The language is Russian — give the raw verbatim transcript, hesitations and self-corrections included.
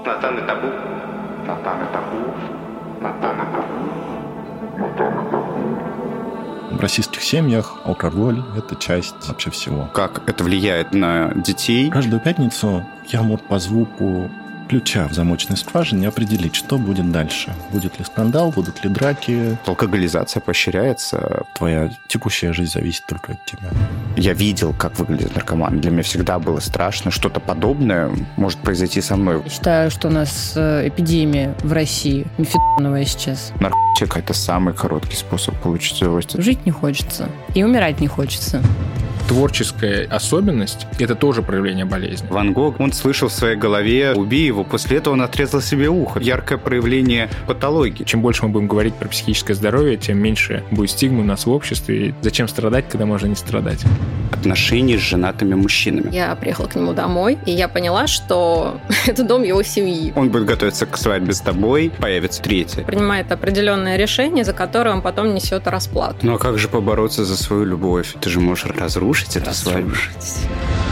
Натан и табу. Натан и табу. Натан и табу. Натан и табу. В российских семьях алкоголь – это часть вообще всего. Как это влияет на детей? Каждую пятницу я мог по звуку ключа в замочной скважине определить, что будет дальше. Будет ли скандал, будут ли драки. Алкоголизация поощряется. Твоя текущая жизнь зависит только от тебя. Я видел, как выглядит наркоман. Для меня всегда было страшно. Что-то подобное может произойти со мной. Я считаю, что у нас эпидемия в России мефедоновая сейчас. Наркотик – это самый короткий способ получить удовольствие. Жить не хочется. И умирать не хочется. Творческая особенность – это тоже проявление болезни. Ван Гог, он слышал в своей голове «убей его», после этого он отрезал себе ухо. Яркое проявление патологии. Чем больше мы будем говорить про психическое здоровье, тем меньше будет стигмы у нас в обществе. И зачем страдать, когда можно не страдать? Отношения с женатыми мужчинами. Я приехала к нему домой, и я поняла, что это дом его семьи. Он будет готовиться к свадьбе с тобой, появится третий. Принимает определенное решение, за которое он потом несет расплату. Ну а как же побороться за свою любовь? Ты же можешь разрушить эту свадьбу.